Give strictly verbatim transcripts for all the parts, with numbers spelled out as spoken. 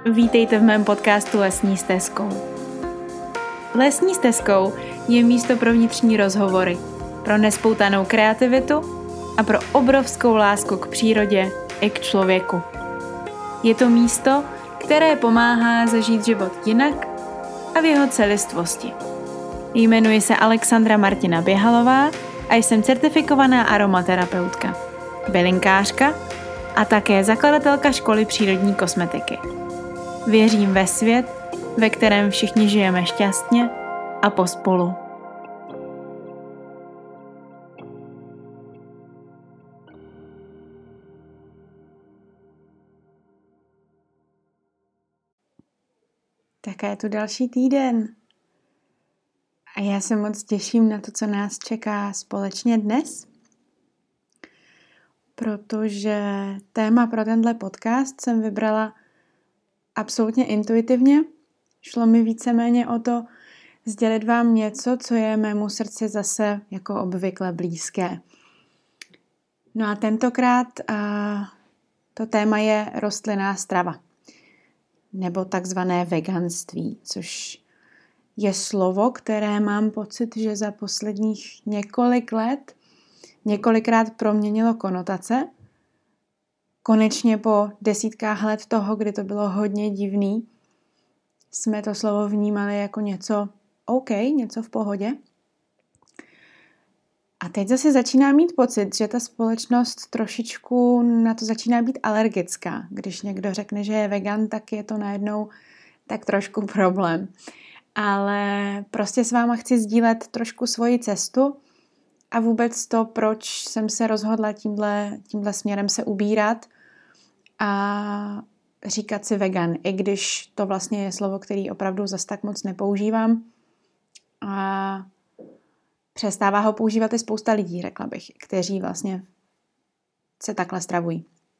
Vítejte v mém podcastu Lesní stezkou. Lesní stezkou je místo pro vnitřní rozhovory, pro nespoutanou kreativitu a pro obrovskou lásku k přírodě i k člověku. Je to místo, které pomáhá zažít život jinak a v jeho celistvosti. Jmenuji se Alexandra Martina Běhalová a jsem certifikovaná aromaterapeutka, bylinkářka a také zakladatelka školy přírodní kosmetiky. Věřím ve svět, ve kterém všichni žijeme šťastně a pospolu. Také je tu další týden. A já se moc těším na to, co nás čeká společně dnes, protože téma pro tenhle podcast jsem vybrala absolutně intuitivně. Šlo mi víceméně o to sdělit vám něco, co je mému srdci zase jako obvykle blízké. No a tentokrát a, to téma je rostlinná strava, nebo takzvané veganství, což je slovo, které mám pocit, že za posledních několik let několikrát proměnilo konotace. Konečně po desítkách let toho, kdy to bylo hodně divný, jsme to slovo vnímali jako něco OK, něco v pohodě. A teď zase začíná mít pocit, že ta společnost trošičku na to začíná být alergická. Když někdo řekne, že je vegan, tak je to najednou tak trošku problém. Ale prostě s váma chci sdílet trošku svoji cestu a vůbec to, proč jsem se rozhodla tímhle, tímhle směrem se ubírat a říkat si vegan, i když to vlastně je slovo, který opravdu zas tak moc nepoužívám a přestává ho používat i spousta lidí, řekla bych, kteří vlastně se takhle stravují.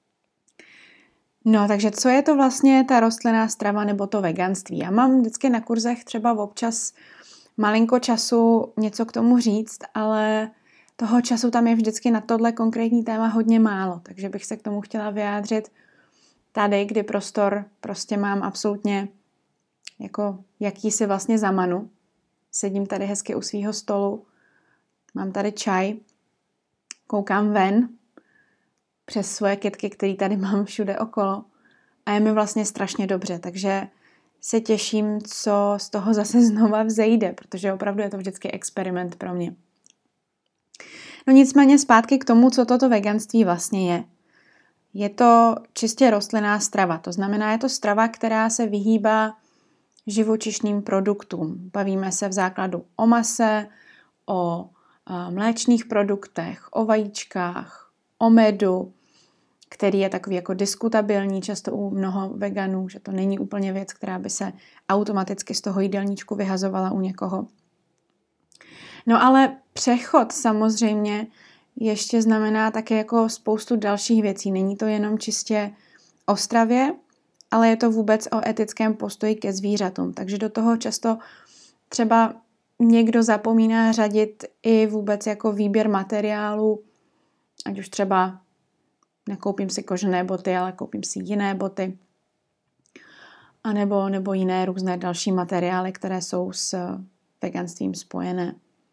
No, takže co je to vlastně ta rostlinná strava nebo to veganství? Já mám vždycky na kurzech třeba občas malinko času něco k tomu říct, ale toho času tam je vždycky na tohle konkrétní téma hodně málo, takže bych se k tomu chtěla vyjádřit tady, kdy prostor prostě mám absolutně jako jakýsi vlastně zamanu. Sedím tady hezky u svýho stolu, mám tady čaj, koukám ven přes svoje kytky, které tady mám všude okolo a je mi vlastně strašně dobře, takže se těším, co z toho zase znova vzejde, protože opravdu je to vždycky experiment pro mě. No nicméně zpátky k tomu, co toto veganství vlastně je. Je to čistě rostlinná strava, to znamená, je to strava, která se vyhýbá živočišným produktům. Bavíme se v základu o mase, o mléčných produktech, o vajíčkách, o medu, který je takový jako diskutabilní často u mnoho veganů, že to není úplně věc, která by se automaticky z toho jídelníčku vyhazovala u někoho. No ale přechod samozřejmě ještě znamená také jako spoustu dalších věcí. Není to jenom čistě o stravě, ale je to vůbec o etickém postoji ke zvířatům. Takže do toho často třeba někdo zapomíná řadit i vůbec jako výběr materiálu, ať už třeba nekoupím si kožené boty, ale koupím si jiné boty. A nebo, nebo jiné různé další materiály, které jsou s veganstvím spojené.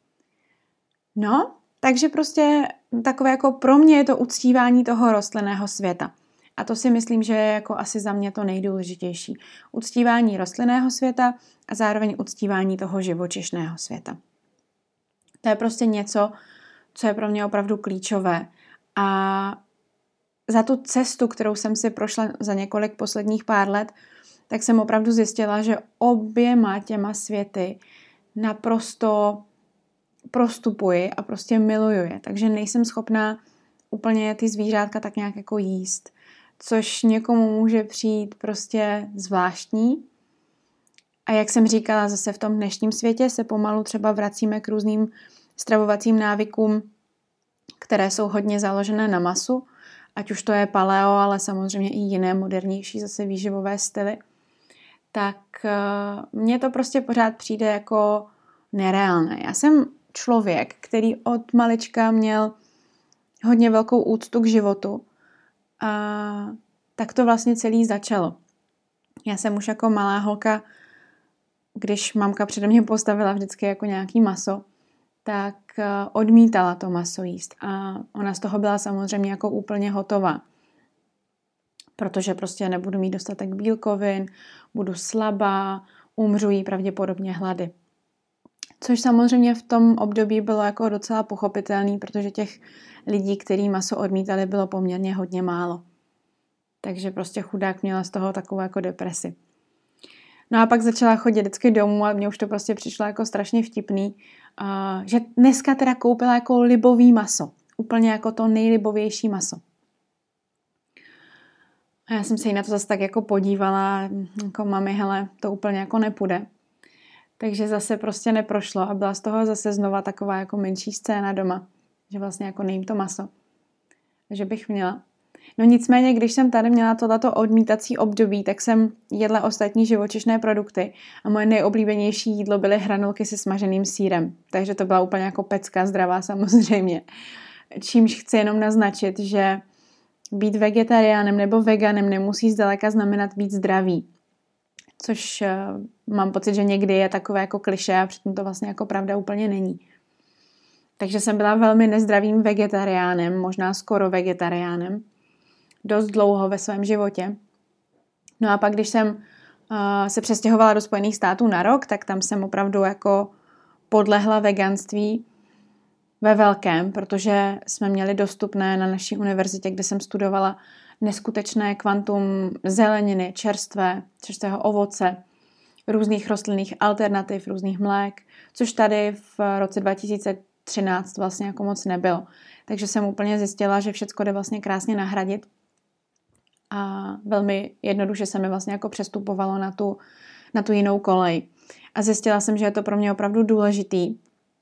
No, takže prostě takové jako pro mě je to uctívání toho rostlinného světa. A to si myslím, že je jako asi za mě to nejdůležitější. Uctívání rostlinného světa a zároveň uctívání toho živočišného světa. To je prostě něco, co je pro mě opravdu klíčové. A za tu cestu, kterou jsem si prošla za několik posledních pár let, tak jsem opravdu zjistila, že oběma těma světy naprosto prostupuji a prostě miluju je. Takže nejsem schopná úplně ty zvířátka tak nějak jako jíst. Což někomu může přijít prostě zvláštní. A jak jsem říkala, zase v tom dnešním světě se pomalu třeba vracíme k různým stravovacím návykům, které jsou hodně založené na masu. Ať už to je paleo, ale samozřejmě i jiné modernější zase výživové styly. Tak mně to prostě pořád přijde jako nereálné. Já jsem člověk, který od malička měl hodně velkou úctu k životu. A tak to vlastně celý začalo. Já jsem už jako malá holka, když mamka přede mě postavila vždycky jako nějaký maso, tak odmítala to maso jíst. A ona z toho byla samozřejmě jako úplně hotová. Protože prostě nebudu mít dostatek bílkovin, budu slabá, umřu jí pravděpodobně hlady. Což samozřejmě v tom období bylo jako docela pochopitelný, protože těch lidí, kteří maso odmítali, bylo poměrně hodně málo. Takže prostě chudák měla z toho takovou jako depresi. No a pak začala chodit vždycky domů a mně už to prostě přišlo jako strašně vtipný, že dneska teda koupila jako libový maso. Úplně jako to nejlibovější maso. A já jsem se jí na to zase tak jako podívala, jako mami, hele, to úplně jako nepůjde. Takže zase prostě neprošlo a byla z toho zase znova taková jako menší scéna doma, že vlastně jako nejím to maso. Že bych měla. No nicméně, když jsem tady měla tohleto odmítací období, tak jsem jedla ostatní živočišné produkty a moje nejoblíbenější jídlo byly hranolky se smaženým sýrem. Takže to byla úplně jako pecka zdravá samozřejmě. Čímž chci jenom naznačit, že být vegetariánem nebo veganem nemusí zdaleka znamenat být zdravý. Což uh, mám pocit, že někdy je takové jako klišé a přitom to vlastně jako pravda úplně není. Takže jsem byla velmi nezdravým vegetariánem, možná skoro vegetariánem, dost dlouho ve svém životě. No a pak, když jsem uh, se přestěhovala do Spojených států na rok, tak tam jsem opravdu jako podlehla veganství ve velkém, protože jsme měli dostupné na naší univerzitě, kde jsem studovala, neskutečné kvantum zeleniny, čerstvé, čerstvého ovoce, různých rostlinných alternativ, různých mlék, což tady v roce dva tisíce třináct vlastně jako moc nebylo. Takže jsem úplně zjistila, že všecko jde vlastně krásně nahradit a velmi jednoduše se mi vlastně jako přestupovalo na tu, na tu jinou kolej. A zjistila jsem, že je to pro mě opravdu důležitý.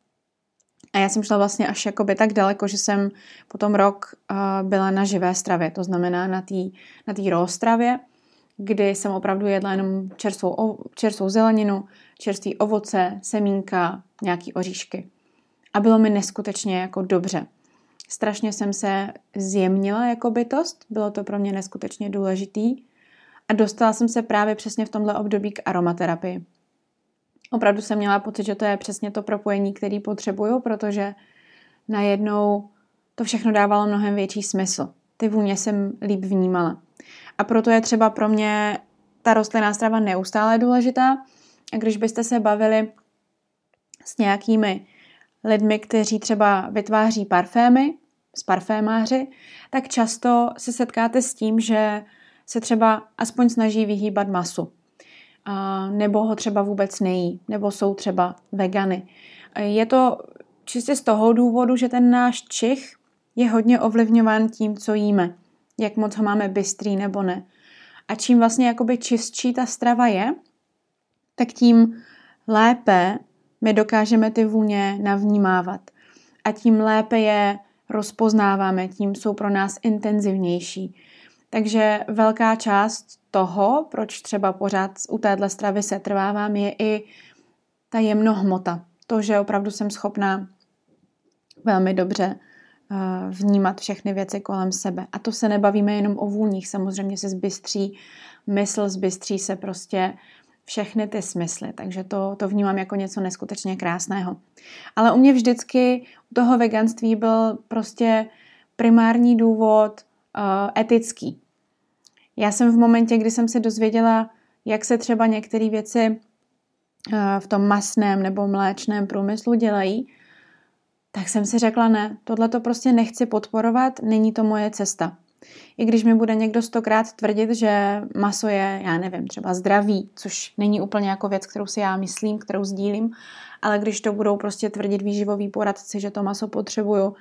A já jsem šla vlastně až jakoby tak daleko, že jsem potom rok uh, byla na živé stravě, to znamená na té na té raw stravě, kdy jsem opravdu jedla jenom čerstvou, čerstvou zeleninu, čerstvý ovoce, semínka, nějaký oříšky. A bylo mi neskutečně jako dobře. Strašně jsem se zjemnila jako bytost, bylo to pro mě neskutečně důležitý a dostala jsem se právě přesně v tomhle období k aromaterapii. Opravdu jsem měla pocit, že to je přesně to propojení, který potřebuju, protože najednou to všechno dávalo mnohem větší smysl. Ty vůně jsem líp vnímala. A proto je třeba pro mě ta rostlinná strava neustále důležitá. A když byste se bavili s nějakými lidmi, kteří třeba vytváří parfémy, s parfémáři, tak často se setkáte s tím, že se třeba aspoň snaží vyhýbat masu. A nebo ho třeba vůbec nejí, nebo jsou třeba vegany. Je to čistě z toho důvodu, že ten náš čich je hodně ovlivňován tím, co jíme. Jak moc ho máme bystrý nebo ne. A čím vlastně jakoby čistší ta strava je, tak tím lépe my dokážeme ty vůně navnímávat. A tím lépe je rozpoznáváme, tím jsou pro nás intenzivnější. Takže velká část toho, proč třeba pořád u téhle stravy se trvávám, je i ta jemnohmota. To, že opravdu jsem schopná velmi dobře vnímat všechny věci kolem sebe. A to se nebavíme jenom o vůních, samozřejmě se zbystří mysl, zbystří se prostě všechny ty smysly, takže to, to vnímám jako něco neskutečně krásného. Ale u mě vždycky u toho veganství byl prostě primární důvod uh, etický. Já jsem v momentě, kdy jsem se dozvěděla, jak se třeba některé věci uh, v tom masném nebo mléčném průmyslu dělají, tak jsem si řekla ne, tohle to prostě nechci podporovat, není to moje cesta. I když mi bude někdo stokrát tvrdit, že maso je, já nevím, třeba zdravý, což není úplně jako věc, kterou si já myslím, kterou sdílím, ale když to budou prostě tvrdit výživoví poradci, že to maso potřebuju,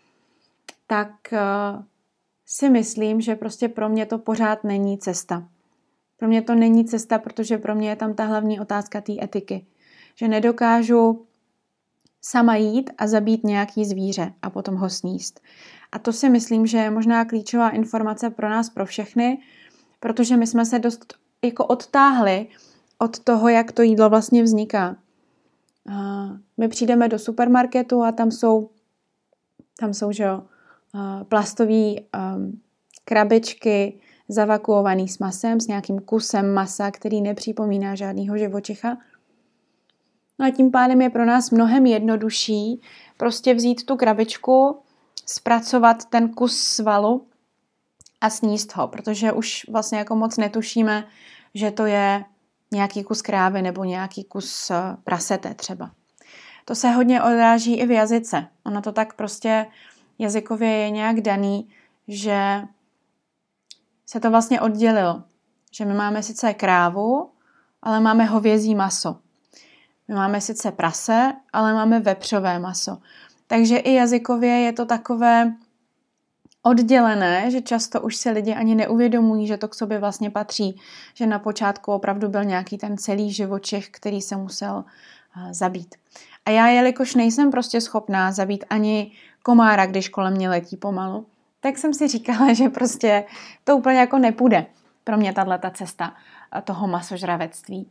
tak uh, si myslím, že prostě pro mě to pořád není cesta. Pro mě to není cesta, protože pro mě je tam ta hlavní otázka té etiky. Že nedokážu sama jít a zabít nějaký zvíře a potom ho sníst. A to si myslím, že je možná klíčová informace pro nás, pro všechny, protože my jsme se dost jako odtáhli od toho, jak to jídlo vlastně vzniká. My přijdeme do supermarketu a tam jsou, tam jsou že jo, plastové krabičky zavakuovaný s masem, s nějakým kusem masa, který nepřipomíná žádného živočicha. No a tím pádem je pro nás mnohem jednodušší prostě vzít tu krabičku, zpracovat ten kus svalu a sníst ho, protože už vlastně jako moc netušíme, že to je nějaký kus krávy nebo nějaký kus prasete třeba. To se hodně odráží i v jazyce. Ono to tak prostě jazykově je nějak daný, že se to vlastně oddělilo. Že my máme sice krávu, ale máme hovězí maso. My máme sice prase, ale máme vepřové maso. Takže i jazykově je to takové oddělené, že často už si lidi ani neuvědomují, že to k sobě vlastně patří. Že na počátku opravdu byl nějaký ten celý živočich, který se musel zabít. A já, jelikož nejsem prostě schopná zabít ani komára, když kolem mě letí pomalu, tak jsem si říkala, že prostě to úplně jako nepůjde pro mě tato cesta toho masožravectví.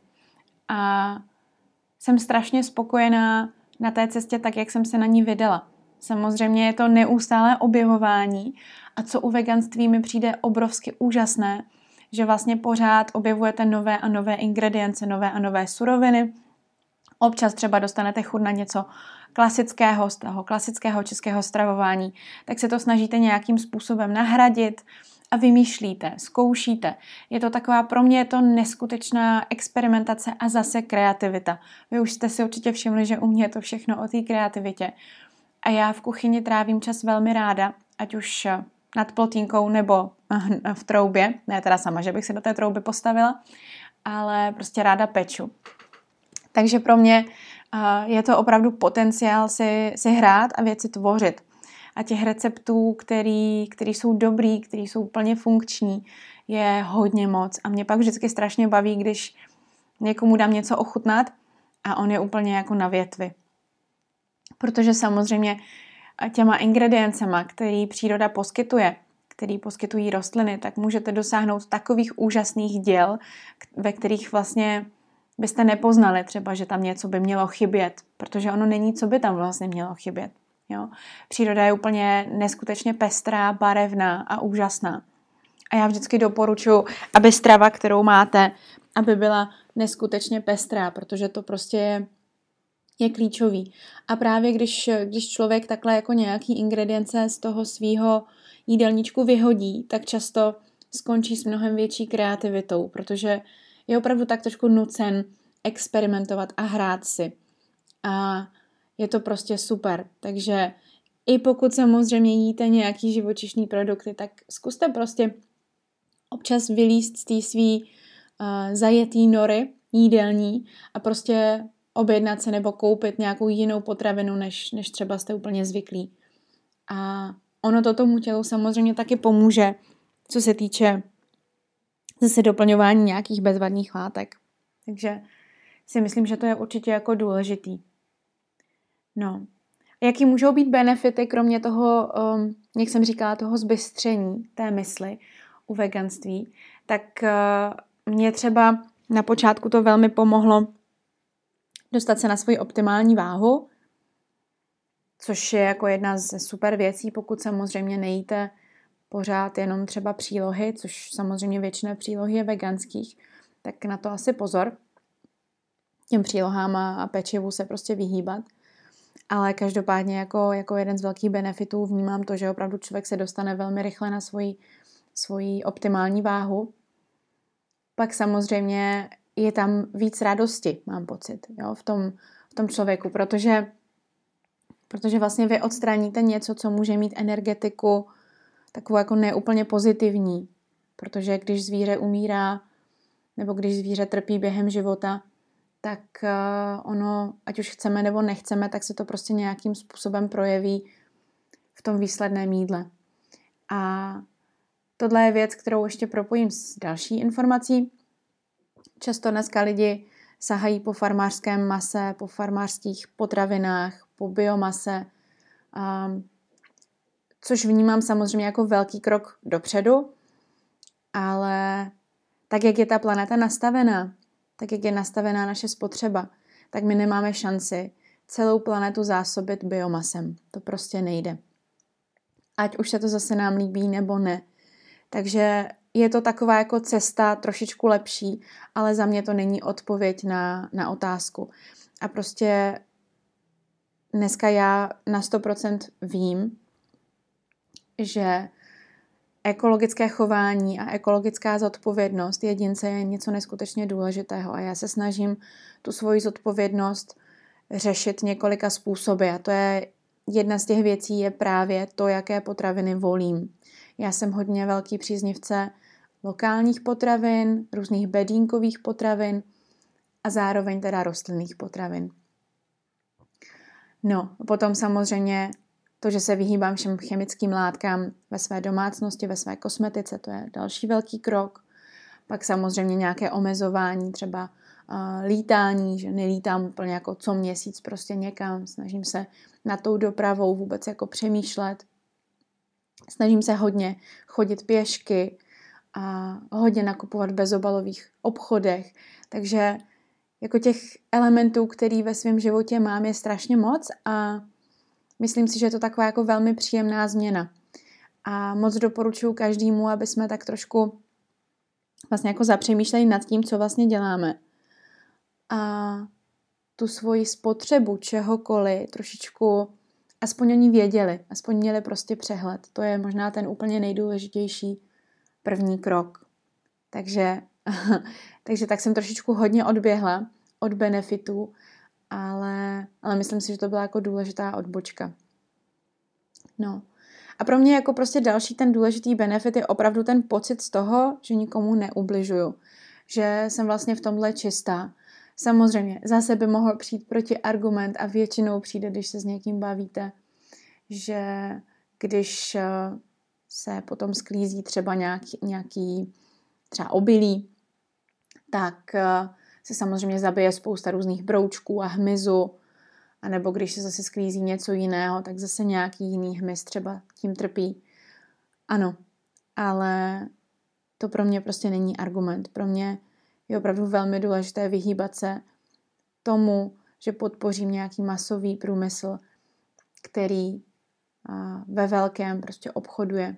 A jsem strašně spokojená na té cestě tak, jak jsem se na ní vydala. Samozřejmě je to neustálé objevování a co u veganství mi přijde obrovsky úžasné, že vlastně pořád objevujete nové a nové ingredience, nové a nové suroviny. Občas třeba dostanete chuť na něco klasického, z toho klasického českého stravování, tak se to snažíte nějakým způsobem nahradit a vymýšlíte, zkoušíte. Je to taková, pro mě je to neskutečná experimentace a zase kreativita. Vy už jste si určitě všimli, že u mě je to všechno o té kreativitě. A já v kuchyni trávím čas velmi ráda, ať už nad plotínkou nebo v troubě. Ne teda sama, že bych se do té trouby postavila, ale prostě ráda peču. Takže pro mě je to opravdu potenciál si, si hrát a věci tvořit. A těch receptů, který, který jsou dobrý, který jsou úplně funkční, je hodně moc. A mě pak vždycky strašně baví, když někomu dám něco ochutnat a on je úplně jako na větvi. Protože samozřejmě těma ingrediencema, který příroda poskytuje, který poskytují rostliny, tak můžete dosáhnout takových úžasných děl, ve kterých vlastně byste nepoznali třeba, že tam něco by mělo chybět, protože ono není, co by tam vlastně mělo chybět. Jo? Příroda je úplně neskutečně pestrá, barevná a úžasná. A já vždycky doporučuji, aby strava, kterou máte, aby byla neskutečně pestrá, protože to prostě je, je klíčový. A právě když, když člověk takhle jako nějaký ingredience z toho svýho jídelníčku vyhodí, tak často skončí s mnohem větší kreativitou, protože je opravdu tak trošku nucen experimentovat a hrát si. A je to prostě super. Takže i pokud samozřejmě jíte nějaký živočišný produkty, tak zkuste prostě občas vylízt z té svý uh, zajetý nory jídelní a prostě objednat se nebo koupit nějakou jinou potravinu, než, než třeba jste úplně zvyklí. A ono to tomu tělu samozřejmě taky pomůže, co se týče zase doplňování nějakých bezvadných látek. Takže si myslím, že to je určitě jako důležitý. No. Jaký můžou být benefity, kromě toho, um, jak jsem říkala, toho zbystření té mysli u veganství, tak uh, mě třeba na počátku to velmi pomohlo dostat se na svoji optimální váhu, což je jako jedna ze super věcí, pokud samozřejmě nejíte pořád jenom třeba přílohy, což samozřejmě většina přílohy je veganských, tak na to asi pozor. Těm přílohám a pečivu se prostě vyhýbat. Ale každopádně jako, jako jeden z velkých benefitů vnímám to, že opravdu člověk se dostane velmi rychle na svoji, svoji optimální váhu. Pak samozřejmě je tam víc radosti, mám pocit, jo, v tom, v tom člověku, protože, protože vlastně vy odstraníte něco, co může mít energetiku takovou jako neúplně pozitivní, protože když zvíře umírá nebo když zvíře trpí během života, tak ono, ať už chceme nebo nechceme, tak se to prostě nějakým způsobem projeví v tom výsledném jídle. A tohle je věc, kterou ještě propojím s další informací. Často dneska lidi sahají po farmářském mase, po farmářských potravinách, po biomase, což vnímám samozřejmě jako velký krok dopředu, ale tak, jak je ta planeta nastavená, tak jak je nastavená naše spotřeba, tak my nemáme šanci celou planetu zásobit biomasem. To prostě nejde. Ať už se to zase nám líbí nebo ne. Takže je to taková jako cesta trošičku lepší, ale za mě to není odpověď na, na otázku. A prostě dneska já na sto procent vím, že ekologické chování a ekologická zodpovědnost jedince je něco neskutečně důležitého a já se snažím tu svoji zodpovědnost řešit několika způsoby a to je jedna z těch věcí je právě to, jaké potraviny volím. Já jsem hodně velký příznivce lokálních potravin, různých bedínkových potravin a zároveň teda rostlinných potravin. No, potom samozřejmě to, že se vyhýbám všem chemickým látkám ve své domácnosti, ve své kosmetice, to je další velký krok. Pak samozřejmě nějaké omezování, třeba uh, lítání, že nelítám úplně jako co měsíc prostě někam, snažím se nad tou dopravou vůbec jako přemýšlet. Snažím se hodně chodit pěšky a hodně nakupovat v bezobalových obchodech, takže jako těch elementů, který ve svém životě mám, je strašně moc a myslím si, že je to taková jako velmi příjemná změna. A moc doporučuji každému, aby jsme tak trošku vlastně jako zapřemýšleli nad tím, co vlastně děláme. A tu svoji spotřebu čehokoliv trošičku aspoň oni věděli, aspoň měli prostě přehled. To je možná ten úplně nejdůležitější první krok. Takže, takže tak jsem trošičku hodně odběhla od benefitů, ale, ale myslím si, že to byla jako důležitá odbočka. No. A pro mě jako prostě další ten důležitý benefit je opravdu ten pocit z toho, že nikomu neubližuju. Že jsem vlastně v tomhle čistá. Samozřejmě, zase by mohl přijít protiargument a většinou přijde, když se s někým bavíte, že když se potom sklízí třeba nějaký, nějaký třeba obilí, tak se samozřejmě zabije spousta různých broučků a hmyzu, anebo když se zase sklízí něco jiného, tak zase nějaký jiný hmyz třeba tím trpí. Ano, ale to pro mě prostě není argument. Pro mě je opravdu velmi důležité vyhýbat se tomu, že podpořím nějaký masový průmysl, který ve velkém prostě obchoduje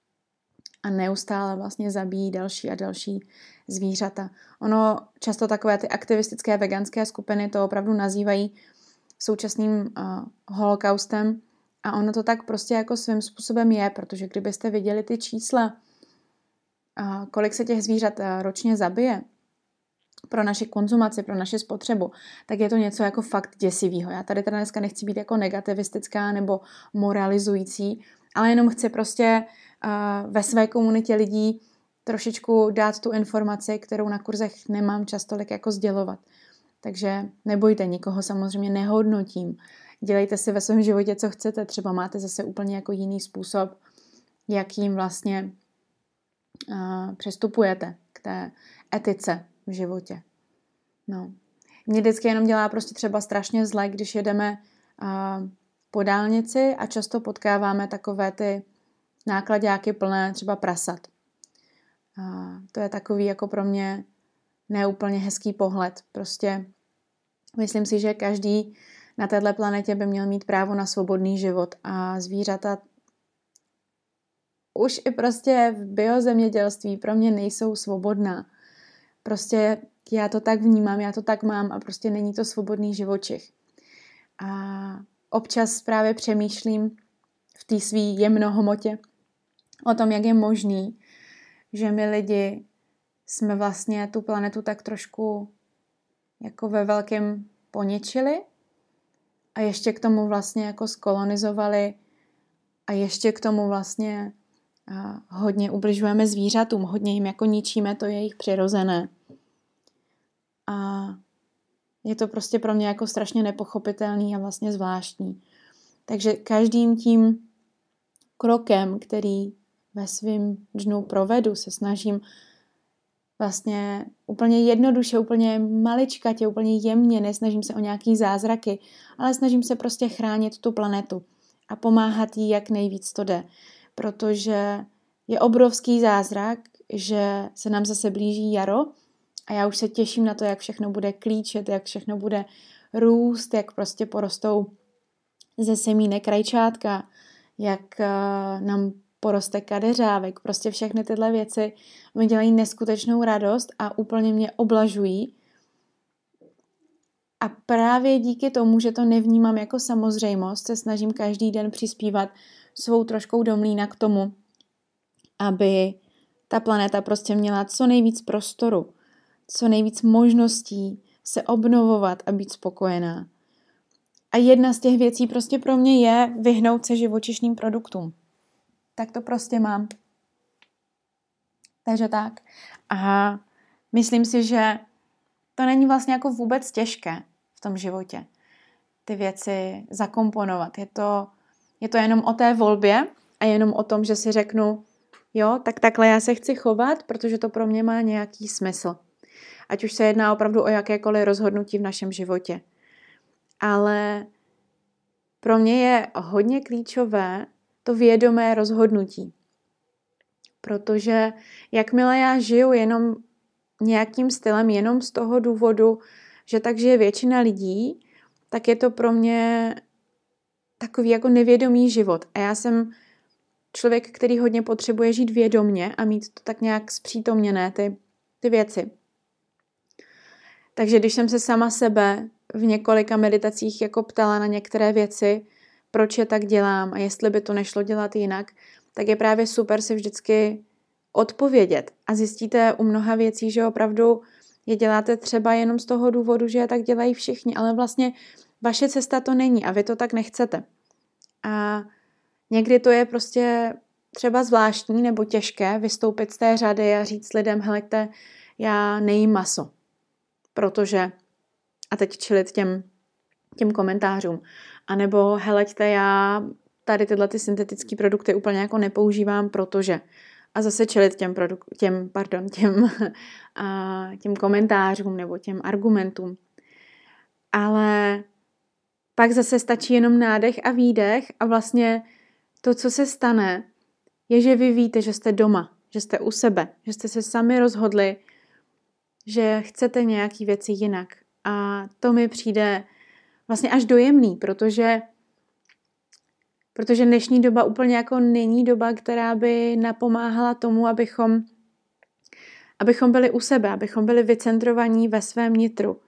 a neustále vlastně zabíjí další a další zvířata. Ono často takové ty aktivistické veganské skupiny to opravdu nazývají současným uh, holokaustem a ono to tak prostě jako svým způsobem je, protože kdybyste viděli ty čísla, uh, kolik se těch zvířat uh, ročně zabije pro naši konzumaci, pro naši spotřebu, tak je to něco jako fakt děsivého. Já tady teda dneska nechci být jako negativistická nebo moralizující, ale jenom chci prostě uh, ve své komunitě lidí trošičku dát tu informaci, kterou na kurzech nemám čas tolik jako sdělovat. Takže nebojte, nikoho samozřejmě nehodnotím. Dělejte si ve svém životě, co chcete. Třeba máte zase úplně jako jiný způsob, jakým vlastně uh, přistupujete k té etice v životě. No. Mě vždycky jenom dělá prostě třeba strašně zle, když jedeme uh, po dálnici a často potkáváme takové ty náklaďáky plné třeba prasat. Uh, to je takový jako pro mě neúplně hezký pohled. Prostě myslím si, že každý na této planetě by měl mít právo na svobodný život a zvířata už i prostě v biozemědělství pro mě nejsou svobodná. Prostě já to tak vnímám, já to tak mám a prostě není to svobodný živočich. A občas právě přemýšlím v té svý jemnohmotě o tom, jak je možný, že my lidi jsme vlastně tu planetu tak trošku jako ve velkém poničili a ještě k tomu vlastně jako skolonizovali a ještě k tomu vlastně hodně ubližujeme zvířatům, hodně jim jako ničíme to jejich přirozené. A je to prostě pro mě jako strašně nepochopitelný a vlastně zvláštní. Takže každým tím krokem, který ve svým dnu provedu, se snažím vlastně úplně jednoduše, úplně maličkatě, úplně jemně, nesnažím se o nějaký zázraky, ale snažím se prostě chránit tu planetu a pomáhat jí, jak nejvíc to jde. Protože je obrovský zázrak, že se nám zase blíží jaro a já už se těším na to, jak všechno bude klíčet, jak všechno bude růst, jak prostě porostou ze semínek rajčátka, jak nám poroste kadeřávek. Prostě všechny tyhle věci mi dělají neskutečnou radost a úplně mě oblažují. A právě díky tomu, že to nevnímám jako samozřejmost, se snažím každý den přispívat svou troškou do mlýna k tomu, aby ta planeta prostě měla co nejvíc prostoru, co nejvíc možností se obnovovat a být spokojená. A jedna z těch věcí prostě pro mě je vyhnout se živočišným produktům. Tak to prostě mám. Takže tak. A myslím si, že to není vlastně jako vůbec těžké v tom životě. Ty věci zakomponovat. Je to, je to jenom o té volbě a jenom o tom, že si řeknu, jo, tak takhle já se chci chovat, protože to pro mě má nějaký smysl. Ať už se jedná opravdu o jakékoliv rozhodnutí v našem životě. Ale pro mě je hodně klíčové to vědomé rozhodnutí. Protože jakmile já žiju jenom nějakým stylem, jenom z toho důvodu, že tak žije většina lidí, tak je to pro mě takový jako nevědomý život. A já jsem člověk, který hodně potřebuje žít vědomně a mít to tak nějak zpřítomněné, ty, ty věci. Takže když jsem se sama sebe v několika meditacích jako ptala na některé věci, proč je tak dělám a jestli by to nešlo dělat jinak, tak je právě super si vždycky odpovědět. A zjistíte u mnoha věcí, že opravdu je děláte třeba jenom z toho důvodu, že je tak dělají všichni, ale vlastně vaše cesta to není a vy to tak nechcete. A někdy to je prostě třeba zvláštní nebo těžké vystoupit z té řady a říct lidem, helejte, já nejím maso. Protože, a teď čelit těm, těm komentářům, a nebo heleďte, já tady tyhle ty syntetické produkty úplně jako nepoužívám, protože, a zase čelit těm, produk- těm, pardon, těm, a, těm komentářům nebo těm argumentům. Ale pak zase stačí jenom nádech a výdech a vlastně to, co se stane, je, že vy víte, že jste doma, že jste u sebe, že jste se sami rozhodli, že chcete nějaký věci jinak. A to mi přijde vlastně až dojemný, protože, protože dnešní doba úplně jako není doba, která by napomáhala tomu, abychom, abychom byli u sebe, abychom byli vycentrovaní ve svém nitru.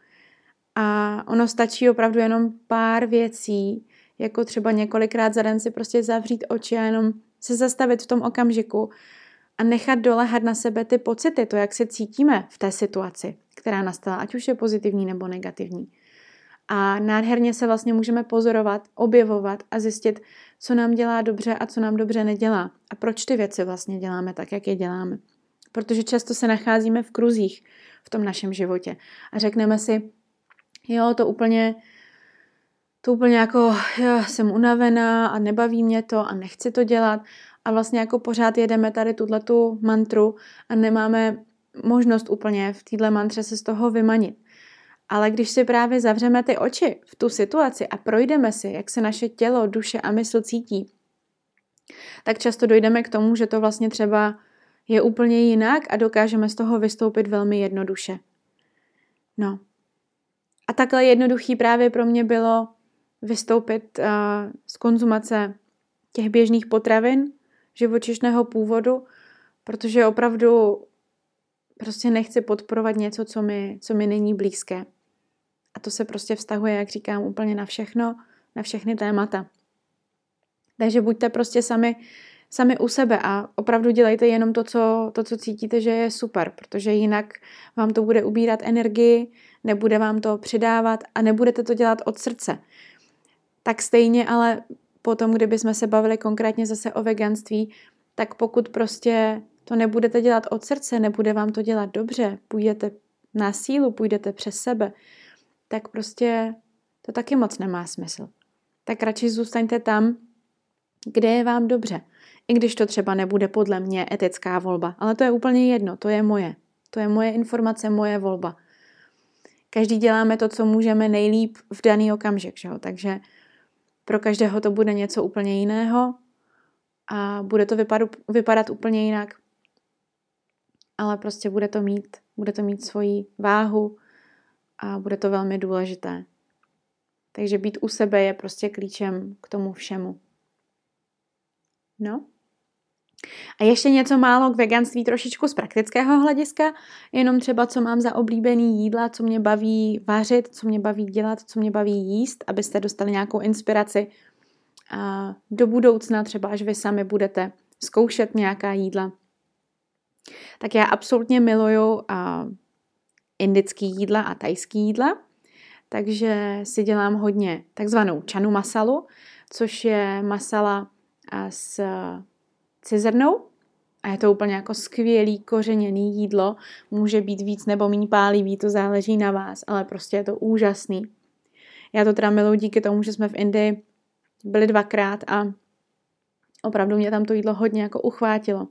A ono stačí opravdu jenom pár věcí, jako třeba několikrát za den si prostě zavřít oči a jenom se zastavit v tom okamžiku a nechat dolehat na sebe ty pocity, to, jak se cítíme v té situaci, která nastala, ať už je pozitivní nebo negativní. A nádherně se vlastně můžeme pozorovat, objevovat a zjistit, co nám dělá dobře a co nám dobře nedělá. A proč ty věci vlastně děláme tak, jak je děláme. Protože často se nacházíme v kruzích v tom našem životě a řekneme si, jo, to úplně, to úplně jako, jo, jsem unavená a nebaví mě to a nechci to dělat. A vlastně jako pořád jedeme tady tuhletu mantru a nemáme možnost úplně v téhle mantře se z toho vymanit. Ale když si právě zavřeme ty oči v tu situaci a projdeme si, jak se naše tělo, duše a mysl cítí, tak často dojdeme k tomu, že to vlastně třeba je úplně jinak a dokážeme z toho vystoupit velmi jednoduše. No. A takhle jednoduchý právě pro mě bylo vystoupit uh, z konzumace těch běžných potravin, živočišného původu, protože opravdu prostě nechci podporovat něco, co mi, co mi není blízké. A to se prostě vztahuje, jak říkám, úplně na všechno, na všechny témata. Takže buďte prostě sami, sami u sebe a opravdu dělejte jenom to co, to, co cítíte, že je super, protože jinak vám to bude ubírat energii, nebude vám to přidávat a nebudete to dělat od srdce. Tak stejně, ale potom, kdybychom se bavili konkrétně zase o veganství, tak pokud prostě to nebudete dělat od srdce, nebude vám to dělat dobře, půjdete na sílu, půjdete přes sebe, tak prostě to taky moc nemá smysl. Tak radši zůstaňte tam, kde je vám dobře. I když to třeba nebude podle mě etická volba, ale to je úplně jedno, to je moje. To je moje informace, moje volba. Každý děláme to, co můžeme nejlíp v daný okamžik, že jo? Takže pro každého to bude něco úplně jiného a bude to vypadat, vypadat úplně jinak. Ale prostě bude to mít, bude to mít svoji váhu a bude to velmi důležité. Takže být u sebe je prostě klíčem k tomu všemu. No. A ještě něco málo k veganství trošičku z praktického hlediska, jenom třeba co mám za oblíbený jídla, co mě baví vařit, co mě baví dělat, co mě baví jíst, abyste dostali nějakou inspiraci a do budoucna, třeba až vy sami budete zkoušet nějaká jídla. Tak já absolutně miluju a, indický jídla a tajský jídla, takže si dělám hodně takzvanou chanu masalu, což je masala s cizrnou a je to úplně jako skvělý kořeněný jídlo, může být víc nebo méně pálivý, to záleží na vás, ale prostě je to úžasný. Já to teda miluji díky tomu, že jsme v Indii byli dvakrát a opravdu mě tam to jídlo hodně jako uchvátilo.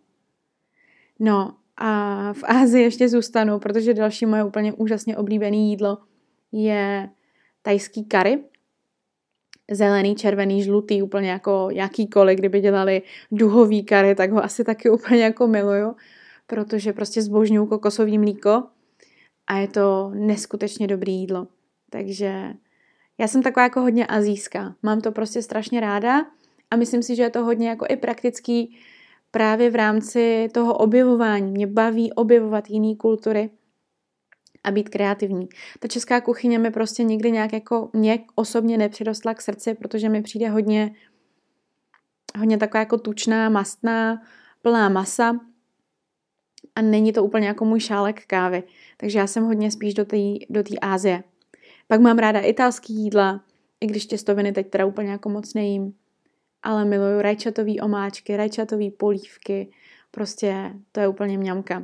No a v Asii ještě zůstanu, protože další moje úplně úžasně oblíbené jídlo je tajský curry. Zelený, červený, žlutý, úplně jako jakýkoliv, kdyby dělali duhový curry, tak ho asi taky úplně jako miluju, protože prostě zbožňuju kokosový mlíko a je to neskutečně dobrý jídlo. Takže já jsem taková jako hodně asijská. Mám to prostě strašně ráda a myslím si, že je to hodně jako i praktický právě v rámci toho objevování. Mě baví objevovat jiné kultury a být kreativní. Ta česká kuchyně mi prostě nikdy nějak jako mě osobně nepřirostla k srdci, protože mi přijde hodně, hodně taková jako tučná, mastná, plná masa a není to úplně jako můj šálek kávy. Takže já jsem hodně spíš do té do té Asie. Pak mám ráda italský jídla, i když těstoviny teď teda úplně jako moc nejím, ale miluju rajčatový omáčky, rajčatový polívky, prostě to je úplně mňamka.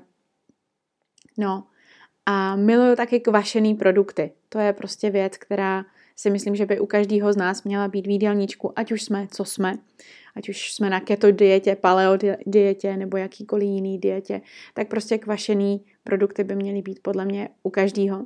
No, a miluju taky kvašený produkty. To je prostě věc, která si myslím, že by u každého z nás měla být v jídelníčku, ať už jsme, co jsme. Ať už jsme na keto dietě, paleo dietě nebo jakýkoliv jiný dietě, tak prostě kvašený produkty by měly být podle mě u každého.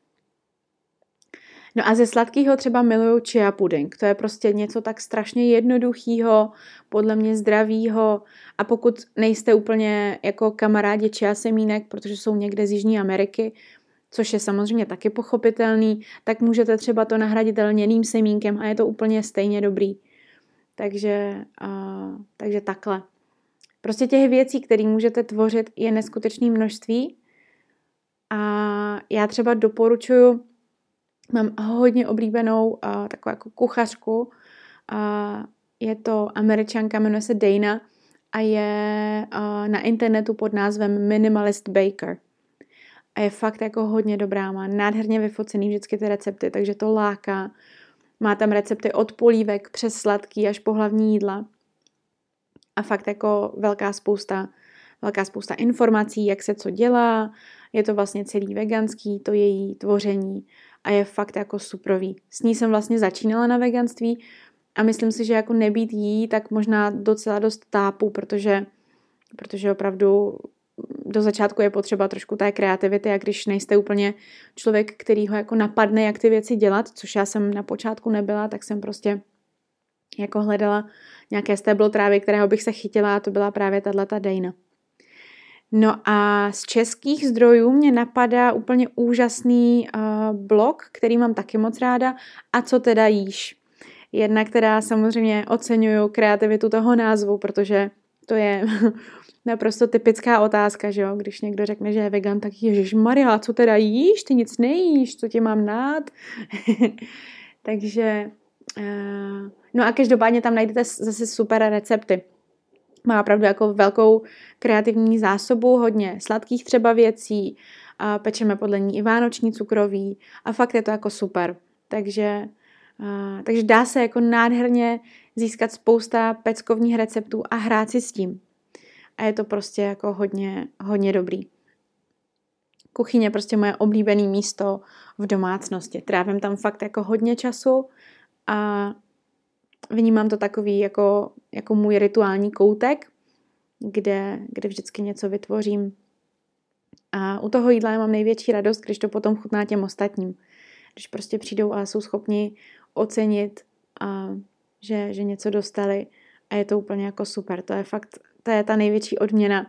No a ze sladkého třeba miluju chia puding. To je prostě něco tak strašně jednoduchého, podle mě zdravýho. A pokud nejste úplně jako kamarádi chia semínek, protože jsou někde z Jižní Ameriky, což je samozřejmě taky pochopitelný, tak můžete třeba to nahradit lněným semínkem a je to úplně stejně dobrý. Takže, uh, takže takhle. Prostě těch věcí, které můžete tvořit, je neskutečné množství. A já třeba doporučuji, mám hodně oblíbenou uh, takovou jako kuchařku. Uh, je to Američanka, jmenuje se Dana a je uh, na internetu pod názvem Minimalist Baker. A je fakt jako hodně dobrá, má nádherně vyfocený vždycky ty recepty, takže to láká. Má tam recepty od polívek přes sladký až po hlavní jídla. A fakt jako velká spousta, velká spousta informací, jak se co dělá. Je to vlastně celý veganský, to její tvoření. A je fakt jako suprový. S ní jsem vlastně začínala na veganství a myslím si, že jako nebýt jí, tak možná docela dost tápu, protože, protože opravdu do začátku je potřeba trošku té kreativity a když nejste úplně člověk, který ho jako napadne, jak ty věci dělat, což já jsem na počátku nebyla, tak jsem prostě jako hledala nějaké stéblo trávy, kterého bych se chytila a to byla právě tato Dana. No a z českých zdrojů mě napadá úplně úžasný uh, blog, který mám taky moc ráda. A co teda jíš? Jedna, která samozřejmě oceňuju kreativitu toho názvu, protože to je naprosto typická otázka, že jo? Když někdo řekne, že je vegan, tak ježišmarja, co teda jíš? Ty nic nejíš, co tě mám dát? Takže, uh, no a každopádně tam najdete zase super recepty. Má opravdu jako velkou kreativní zásobu, hodně sladkých třeba věcí, a pečeme podle ní i vánoční cukroví a fakt je to jako super. Takže, a, takže dá se jako nádherně získat spousta peckovních receptů a hrát si s tím. A je to prostě jako hodně, hodně dobrý. Kuchyně je prostě moje oblíbené místo v domácnosti. Trávím tam fakt jako hodně času a vnímám to takový jako, jako můj rituální koutek, kde, kde vždycky něco vytvořím. A u toho jídla já mám největší radost, když to potom chutná těm ostatním. Když prostě přijdou a jsou schopni ocenit, a, že, že něco dostali a je to úplně jako super. To je fakt, to je ta největší odměna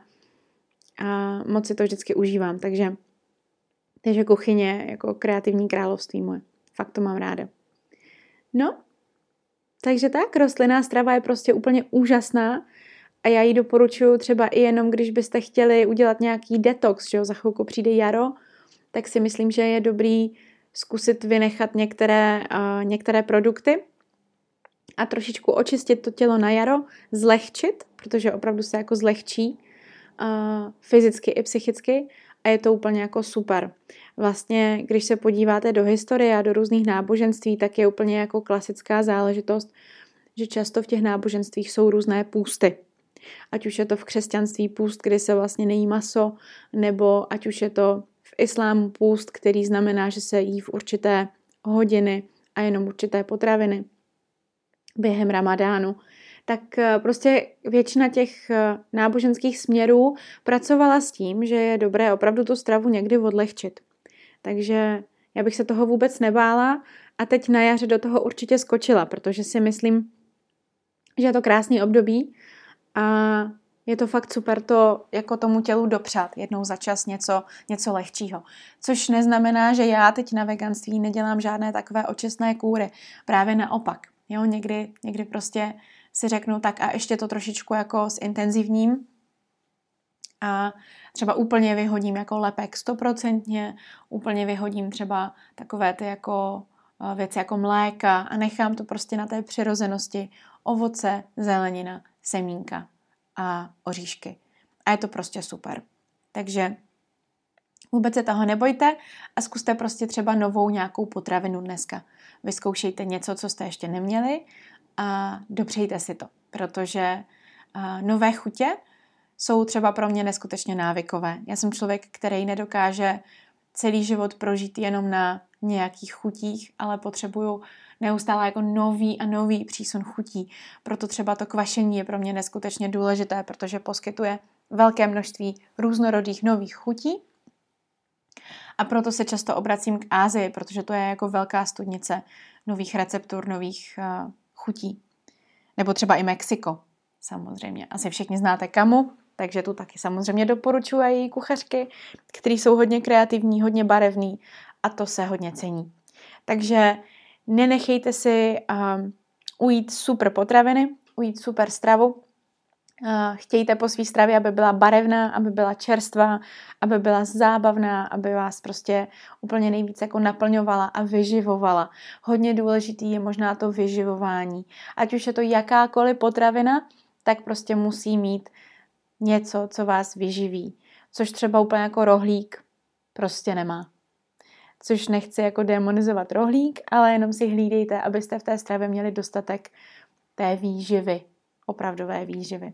a moc si to vždycky užívám. Takže, takže kuchyně jako kreativní království moje. Fakt to mám ráda. No, takže tak, rostlinná strava je prostě úplně úžasná a já ji doporučuji třeba i jenom, když byste chtěli udělat nějaký detox, že jo, za chvilku přijde jaro, tak si myslím, že je dobrý zkusit vynechat některé, uh, některé produkty a trošičku očistit to tělo na jaro, zlehčit, protože opravdu se jako zlehčí uh, fyzicky i psychicky a je to úplně jako super. Vlastně, když se podíváte do historie a do různých náboženství, tak je úplně jako klasická záležitost, že často v těch náboženstvích jsou různé půsty. Ať už je to v křesťanství půst, kdy se vlastně nejí maso, nebo ať už je to v islámu půst, který znamená, že se jí v určité hodiny a jenom určité potraviny během ramadánu. Tak prostě většina těch náboženských směrů pracovala s tím, že je dobré opravdu tu stravu někdy odlehčit. Takže já bych se toho vůbec nebála a teď na jaře do toho určitě skočila, protože si myslím, že je to krásný období a je to fakt super to jako tomu tělu dopřát jednou za čas něco, něco lehčího. Což neznamená, že já teď na veganství nedělám žádné takové očistné kůry. Právě naopak. Jo, někdy, někdy prostě si řeknu tak a ještě to trošičku jako zintenzivním a třeba úplně vyhodím jako lepek stoprocentně, úplně vyhodím třeba takové ty jako věci jako mléka a nechám to prostě na té přirozenosti ovoce, zelenina, semínka a oříšky. A je to prostě super. Takže vůbec se toho nebojte a zkuste prostě třeba novou nějakou potravinu dneska. Vyzkoušejte něco, co jste ještě neměli a dopřejte si to, protože uh, nové chutě jsou třeba pro mě neskutečně návykové. Já jsem člověk, který nedokáže celý život prožít jenom na nějakých chutích, ale potřebuju neustále jako nový a nový přísun chutí. Proto třeba to kvašení je pro mě neskutečně důležité, protože poskytuje velké množství různorodých nových chutí. A proto se často obracím k Asii, protože to je jako velká studnice nových receptur, nových uh, chutí. Nebo třeba i Mexiko, samozřejmě. Asi všichni znáte Kamu, takže tu taky samozřejmě doporučuji a její kuchařky, které jsou hodně kreativní, hodně barevný a to se hodně cení. Takže nenechejte si um, ujít super potraviny, ujít super stravu. Uh, chtějte po své stravě, aby byla barevná, aby byla čerstvá, aby byla zábavná, aby vás prostě úplně nejvíc jako naplňovala a vyživovala. Hodně důležitý je možná to vyživování. Ať už je to jakákoliv potravina, tak prostě musí mít něco, co vás vyživí. Což třeba úplně jako rohlík prostě nemá. Což nechci jako demonizovat rohlík, ale jenom si hlídejte, abyste v té stravě měli dostatek té výživy, opravdové výživy.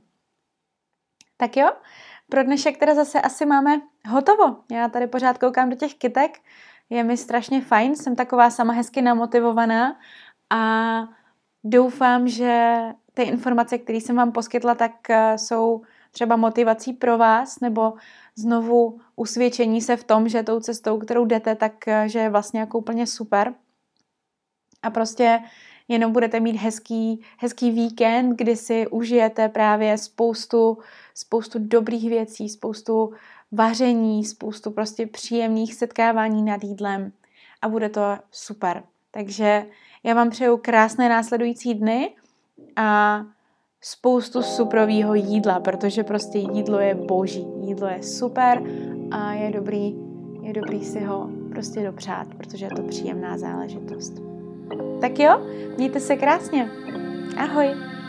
Tak jo, pro dnešek teda zase asi máme hotovo. Já tady pořád koukám do těch kytek, je mi strašně fajn, jsem taková sama hezky namotivovaná a doufám, že ty informace, které jsem vám poskytla, tak jsou třeba motivací pro vás, nebo znovu usvědčení se v tom, že tou cestou, kterou jdete, tak že je vlastně jako úplně super. A prostě jenom budete mít hezký, hezký víkend, kdy si užijete právě spoustu, spoustu dobrých věcí, spoustu vaření, spoustu prostě příjemných setkávání nad jídlem a bude to super. Takže já vám přeju krásné následující dny a spoustu suprovýho jídla, protože prostě jídlo je boží, jídlo je super a je dobrý, je dobrý si ho prostě dopřát, protože je to příjemná záležitost. Tak jo, mějte se krásně. Ahoj.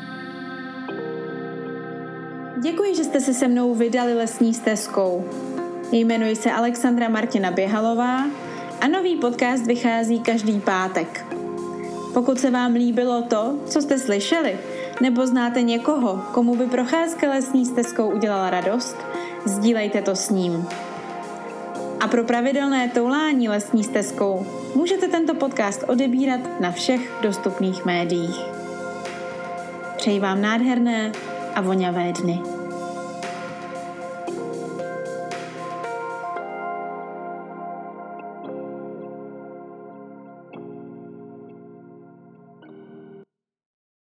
Děkuji, že jste se se mnou vydali lesní stezkou. Jmenuji se Alexandra Martina Běhalová a nový podcast vychází každý pátek. Pokud se vám líbilo to, co jste slyšeli, nebo znáte někoho, komu by procházka lesní stezkou udělala radost, sdílejte to s ním. A pro pravidelné toulání lesní stezkou můžete tento podcast odebírat na všech dostupných médiích. Přeji vám nádherné a voňavé dny.